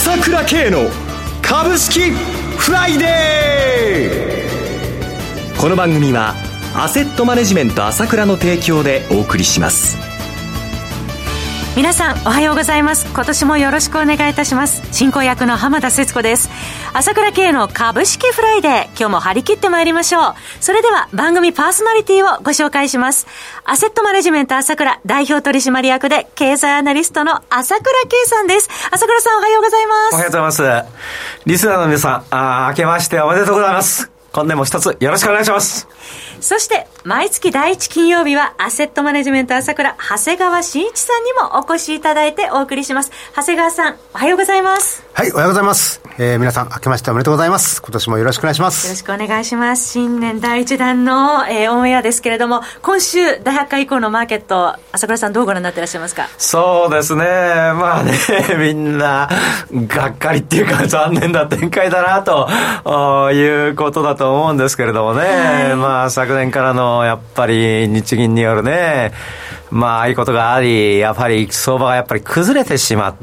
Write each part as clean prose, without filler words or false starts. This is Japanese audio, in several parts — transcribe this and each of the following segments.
朝倉慶の株式フライデー。この番組はアセットマネジメント朝倉の提供でお送りします。 皆さんおはようございます。今年もよろしくお願いいたします。進行役の浜田節子です。朝倉慶の株式フライデー、今日も張り切ってまいりましょう。それでは番組パーソナリティをご紹介します。アセットマネジメント朝倉代表取締役で経済アナリストの朝倉慶さんです。朝倉さんおはようございます。 おはようございます。リスナーの皆さん、明けましておめでとうございます。今年も一つよろしくお願いします。 そして毎月第1金曜日はアセットマネジメント朝倉長谷川慎一さんにもお越しいただいてお送りします。長谷川さんおはようございます。 はい、おはようございます。皆さん明けましておめでとうございます。今年もよろしくお願いします。 よろしくお願いします。新年第1弾の、オンエアですけれども、今週第8回以降のマーケット、朝倉さんどうご覧になっていらっしゃいますか？ そうですね、まあね、みんながっかりっていうか残念な展開だなということだと思うんですけれどもね、はい、まあ昨年からのやっぱり日銀によるね、まあああいうことがあり、やっぱり相場がやっぱり崩れてしまって、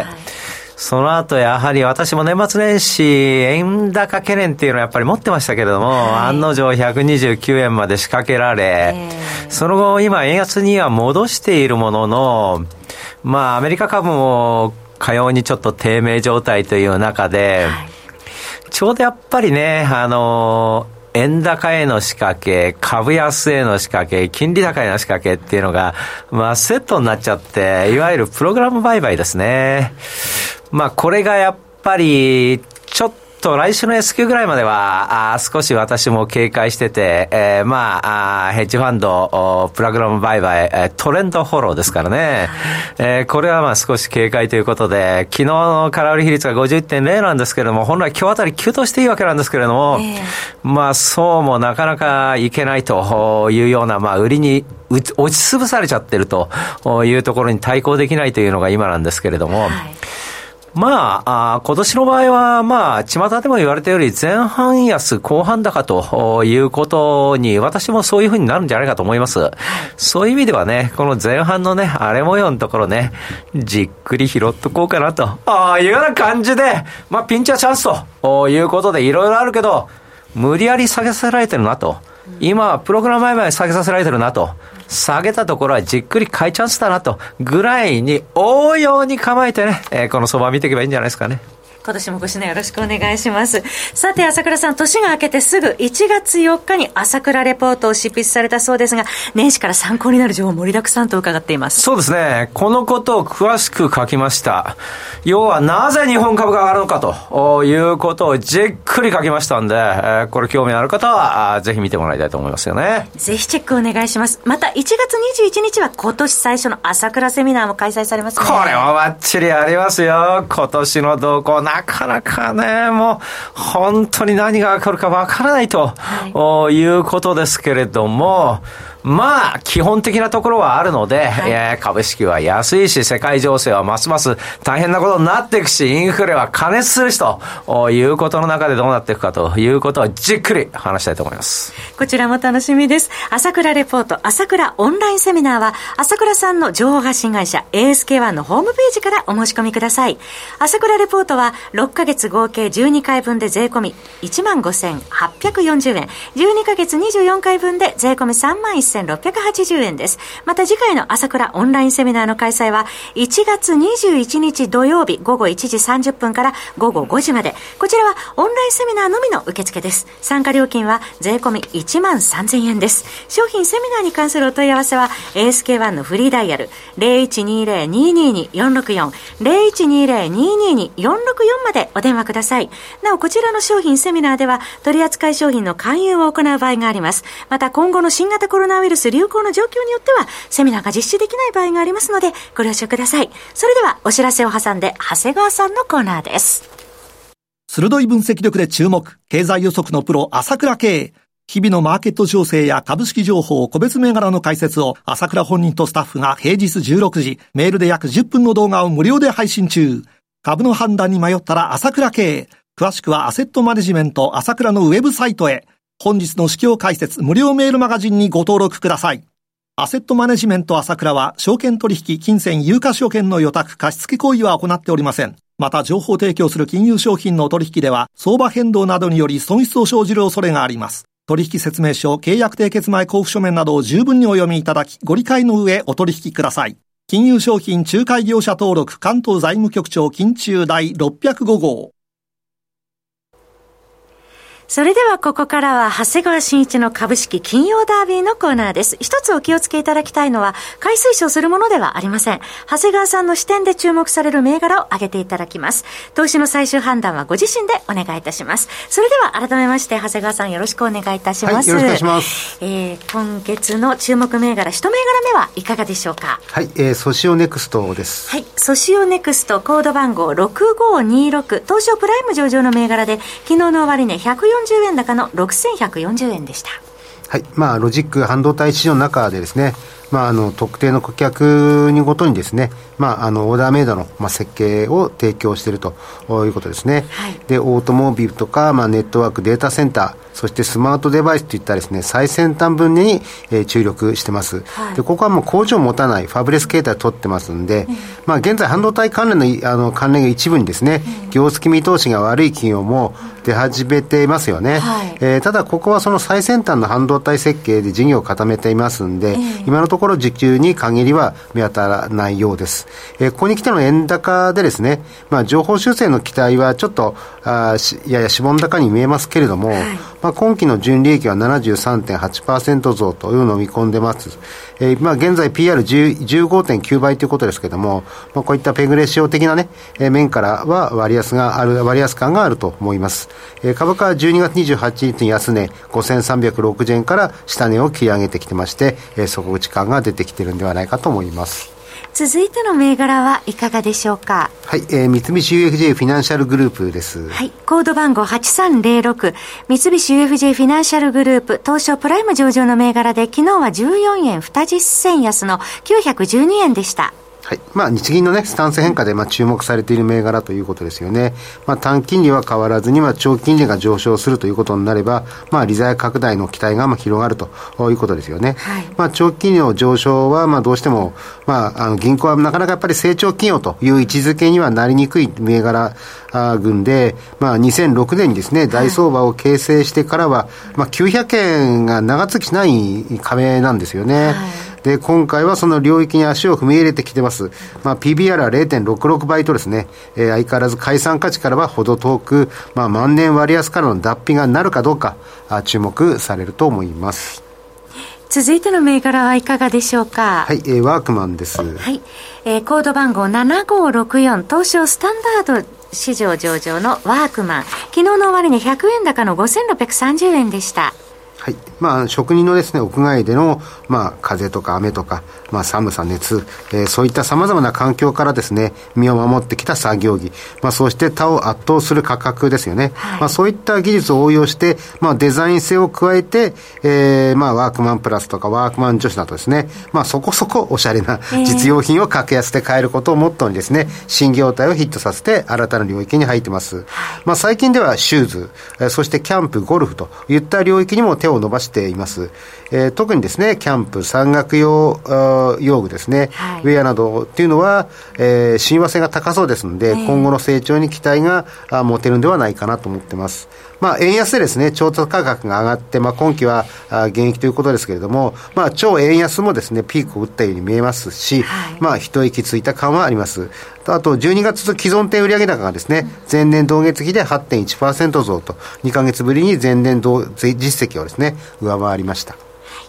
はい、その後やはり私も年末年始円高懸念っていうのはやっぱり持ってましたけれども、はい、案の定129円まで仕掛けられ、その後今円安には戻しているものの、まあアメリカ株もかようにちょっと低迷状態という中で、はい、ちょうどやっぱりね、円高への仕掛け、株安への仕掛け、金利高への仕掛けっていうのが、まあセットになっちゃって、いわゆるプログラム売買ですね。まあこれがやっぱり、ちょっと来週の S q ぐらいまでは、少し私も警戒してて、まあ、ヘッジファンド、プログラム売買、トレンドフォローですからね。これはまあ少し警戒ということで、昨日の空売り比率が 51.0 なんですけれども、本来今日あたり急騰していいわけなんですけれども、まあそうもなかなかいけないというような、まあ売りに押しつぶされちゃってるというところに対抗できないというのが今なんですけれども、はい、まあ、今年の場合は、まあ、巷でも言われたより前半安後半高ということに、私もそういう風になるんじゃないかと思います。そういう意味ではね、この前半のね、荒れ模様のところね、じっくり拾っとこうかなと、いうような感じで、まあ、ピンチはチャンスということでいろいろあるけど、無理やり下げさせられてるなと。今はプログラム売買下げさせられてるなと。下げたところはじっくり買いチャンスだなとぐらいに応用に構えてね、この相場を見ていけばいいんじゃないですかね。 今年もご指南よろしくお願いします。さて朝倉さん、年が明けてすぐ1月4日に朝倉レポートを執筆されたそうですが、年始から参考になる情報盛りだくさんと伺っています。 そうですね、このことを詳しく書きました。要はなぜ日本株が上がるのかということをじっくり書きましたんで、これ興味のある方はぜひ見てもらいたいと思いますよね。 ぜひチェックお願いします。また1月21日は今年最初の朝倉セミナーも開催されますね。 これもバッチリありますよ。今年の動向なかなかね、もう本当に何が起こるかわからないと、いうことですけれども、まあ基本的なところはあるので、はい、株式は安いし、世界情勢はますます大変なことになっていくし、インフレは加熱するしということの中でどうなっていくかということをじっくり話したいと思います。 こちらも楽しみです。朝倉レポート朝倉オンラインセミナーは朝倉さんの情報発信会社 ASK1 のホームページからお申し込みください。朝倉レポートは6ヶ月合計12回分で税込み 15,840 円、12ヶ月24回分で税込み 31,680 円です。また次回の朝倉オンラインセミナーの開催は1月21日土曜日午後1時30分から午後5時まで。こちらはオンラインセミナーのみの受付です。参加料金は税込み13,000円です。商品セミナーに関するお問い合わせは ASK1 のフリーダイヤル 0120-222-464 0120-222-464 までお電話ください。なおこちらの商品セミナーでは取扱い商品の勧誘を行う場合があります。また今後の新型コロナウイルス流行の状況によってはセミナーが実施できない場合がありますのでご了承ください。それではお知らせを挟んで長谷川さんのコーナーです。 鋭い分析力で注目、経済予測のプロ朝倉慶。日々のマーケット情勢や株式情報、個別銘柄の解説を朝倉本人とスタッフが平日16時、メールで約10分の動画を無料で配信中。株の判断に迷ったら朝倉慶。詳しくはアセットマネジメント朝倉のウェブサイトへ。本日の市況解説無料メールマガジンにご登録ください。アセットマネジメント朝倉は証券取引、金銭、有価証券の予託、貸付行為は行っておりません。 また情報提供する金融商品の取引では相場変動などにより損失を生じる恐れがあります。取引説明書、契約締結前交付書面などを十分にお読みいただき、ご理解の上お取引ください。金融商品仲介業者登録関東財務局長金中第605号。 それではここからは長谷川慎一の株式金曜ダービーのコーナーです。一つお気をつけいただきたいのは、買い推奨するものではありません。長谷川さんの視点で注目される銘柄を挙げていただきます。投資の最終判断はご自身でお願いいたします。それでは改めまして長谷川さんよろしくお願いいたします。 はい、よろしくお願いします。 今月の注目銘柄一銘柄目はいかがでしょうか。 はい、ソシオネクストです。 はい、ソシオネクストコード番号6526、東証プライム上場の銘柄で、昨日の終値140円高の6140円でした。 はい。ロジック半導体市場の中でですね、特定の顧客にごとにですね、オーダーメイドの、設計を提供しているということですね。はい、で、オートモービルとか、ネットワーク、データセンター、そしてスマートデバイスといったですね、最先端分野に、注力してます。はい、で、ここはもう工場を持たないファブレス形態を取ってますんで、現在半導体関連の、関連が一部にですね、業績見通しが悪い企業も出始めていますよね。はい、ただ、ここはその最先端の半導体設計で事業を固めていますんで、今のところ時給に限りは見当たらないようです。ここに来ての円高でですね、情報修正の期待はちょっとややしぼん高に見えますけれども、今期の純利益は 73.8% 増というのを見込んでます。現在 PR15.9 倍ということですけれども、こういったペグレシオ的なね、面からは割安感があると思います。株価は12月28日に安値5360円から下値を切り上げてきてまして、底打ち感が出てきているんではないかと思います。 続いての銘柄はいかがでしょうか。 はい、三菱 UFJ フィナンシャルグループです。 はい、コード番号8306、三菱 UFJ フィナンシャルグループ東証プライム上場の銘柄で、昨日は14円20銭安の912円でした。 はい。日銀のね、スタンス変化で、注目されている銘柄ということですよね。短金利は変わらずに、長金利が上昇するということになれば、利ざや拡大の期待が広がるということですよね。はい。長金利の上昇は、どうしても、銀行はなかなかやっぱり成長企業という位置づけにはなりにくい銘柄群で、2006年にですね、大相場を形成してからは、900円が長続きしない壁なんですよね。はい。で、今回はその領域に足を踏み入れてきてます。PBR は 0.66 倍とですね、相変わらず解散価値からはほど遠く、万年割安からの脱皮がなるかどうか、注目されると思います。 続いての銘柄はいかがでしょうか。 はい、ワークマンです。 はい、コード番号7564、東証スタンダード市場上場のワークマン、昨日の終値100円高の5630円でした。 はい。職人のですね、屋外での、風とか雨とか、寒さ、熱、そういった様々な環境からですね、身を守ってきた作業着、そうして他を圧倒する価格ですよね。はい。そういった技術を応用して、デザイン性を加えて、ワークマンプラスとかワークマン女子などですね、そこそこおしゃれな実用品を格安で買えることをモットーにですね、新業態をヒットさせて新たな領域に入ってます。はい。最近ではシューズ、そしてキャンプ、ゴルフといった領域にも手を伸ばしています。特にですね、キャンプ、山岳用具ですね、はい、ウェアなどっていうのは、親和性が高そうですので、今後の成長に期待が持てるんではないかなと思ってます。円安でですね、調達価格が上がって、今期は減益ということですけれども、超円安もですね、ピークを打ったように見えますし、はい、一息ついた感はあります。あと、12月の既存店売上高がですね、前年同月比で 8.1% 増と、2ヶ月ぶりに前年同実績をですね、上回りました。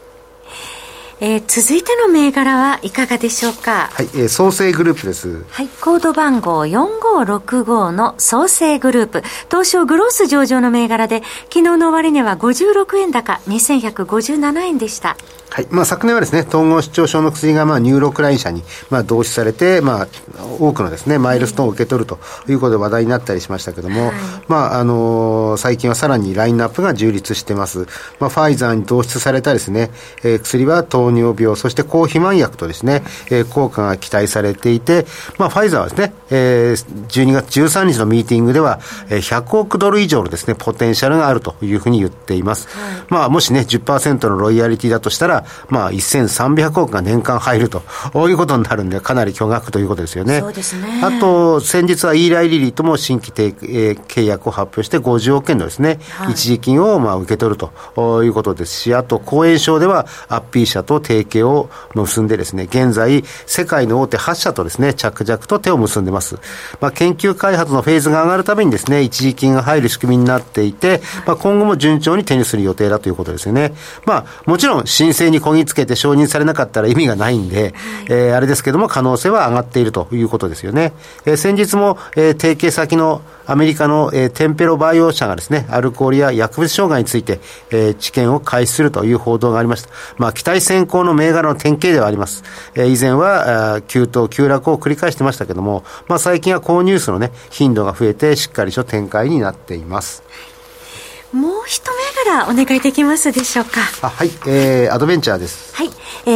続いての銘柄はいかがでしょうか。 はい、創生グループです。 はい、コード番号4565の創生グループ、東証グロース上場の銘柄で、昨日の終値は56円高2157円でした。 はい。昨年はですね、統合失調症の薬がニューロクライン社に同視されて、多くのですね、マイルストーンを受け取るということで話題になったりしましたけども、はい、最近はさらにラインナップが充実してます。ファイザーに導出されたですね、薬は糖糖尿病、そして抗肥満薬とですね、効果が期待されていて、ファイザーはですね、12月13日のミーティングでは、100億ドル以上のですね、ポテンシャルがあるというふうに言っています。もしね、10% のロイヤリティだとしたら、1300億が年間入るということになるんで、かなり巨額ということですよね。 そうですね。 あと、先日はイーライリリーとも新規契約を発表して50億円のですね、一時金を受け取るということですし、あと、抗炎症ではアッピー社と提携を結んでですね、現在、世界の大手8社とですね、着々と手を結んでます。研究開発のフェーズが上がるためにですね、一時金が入る仕組みになっていて、今後も順調に手にする予定だということですよね。もちろん申請にこぎつけて承認されなかったら意味がないんで、あれですけども可能性は上がっているということですよね。先日も、提携先のアメリカの、テンペロバイオ社がですね、アルコールや薬物障害について、治験を開始するという報道がありました。期待先行の銘柄の典型ではあります。以前は急騰急落を繰り返してましたけども、最近は高ニュースのね、頻度が増えてしっかりと展開になっています。 もう一銘柄お願いできますでしょうか。 はい、アドベンチャーです。 はい、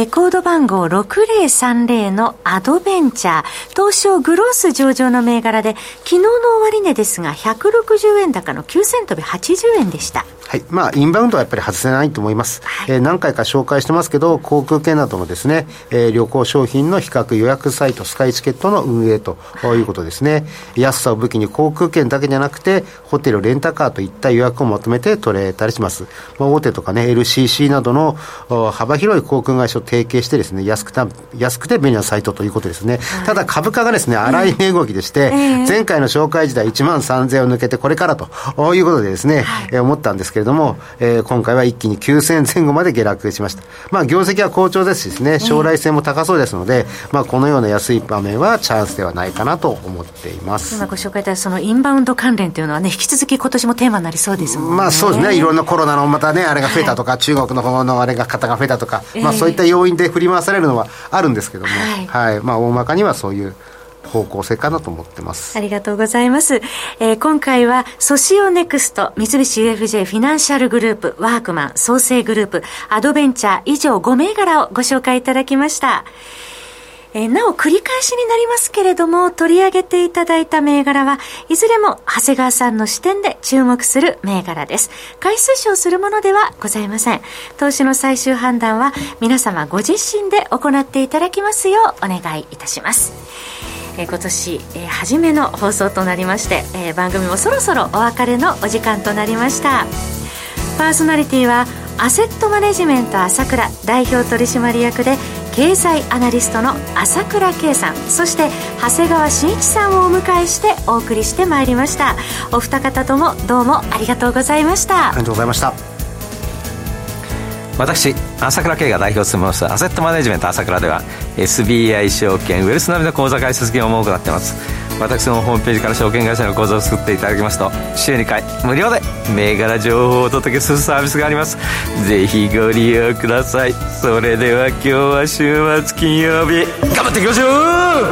コード番号6030のアドベンチャー、東証グロース上場の銘柄で、昨日の終値ですが160円高の9000飛び80円でした。 はい、インバウンドはやっぱり外せないと思います。何回か紹介してますけど、航空券などのですね、旅行商品の比較予約サイトスカイチケットの運営ということですね。安さを武器に航空券だけじゃなくて、ホテル、レンタカーといった予約をまとめて取れたりします。大手とかね、LCC などの幅広い航空会社と提携してですね、安くて便利なサイトということですね。ただ株価がですね、荒い値動きでして、前回の紹介時代13,000円を抜けてこれからということでですね、思ったんですけれども、今回は一気に9000前後まで下落しました。業績は好調ですしですね、将来性も高そうですので、このような安い場面はチャンスではないかなと思っています。 今ご紹介いただいたそのインバウンド関連というのはね、引き続き今年もテーマになりそうですもんね。 そうですね、いろんなコロナのまたね、あれが増えたとか、中国の方のあれが方が増えたとか、そういった要因で振り回されるのはあるんですけども、大まかにはそういう方向性かなと思ってます。 ありがとうございます。今回はソシオネクスト、三菱 UFJ フィナンシャルグループ、ワークマン、創生グループ、アドベンチャー以上5銘柄をご紹介いただきました。なお繰り返しになりますけれども、取り上げていただいた銘柄はいずれも長谷川さんの視点で注目する銘柄です。買い推奨するものではございません。投資の最終判断は皆様ご自身で行っていただきますようお願いいたします。今年、初めの放送となりまして、番組もそろそろお別れのお時間となりました。パーソナリティはアセットマネジメント朝倉代表取締役で経済アナリストの朝倉圭さん、そして長谷川慎一さんをお迎えしてお送りしてまいりました。お二方ともどうもありがとうございました。 ありがとうございました。 私朝倉圭が代表を務めますアセットマネジメント朝倉では SBI 証券ウェルスナビの口座開設業務を行っています。私のホームページから証券会社の口座を作っていただきますと、週2回無料で銘柄情報をお届けするサービスがあります。ぜひご利用ください。それでは今日は週末金曜日頑張っていきましょう。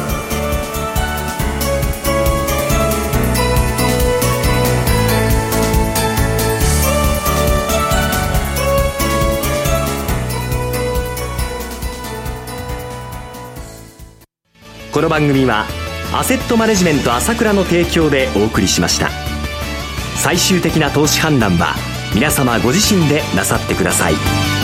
この番組はアセットマネジメント朝倉の提供でお送りしました。最終的な投資判断は皆様ご自身でなさってください。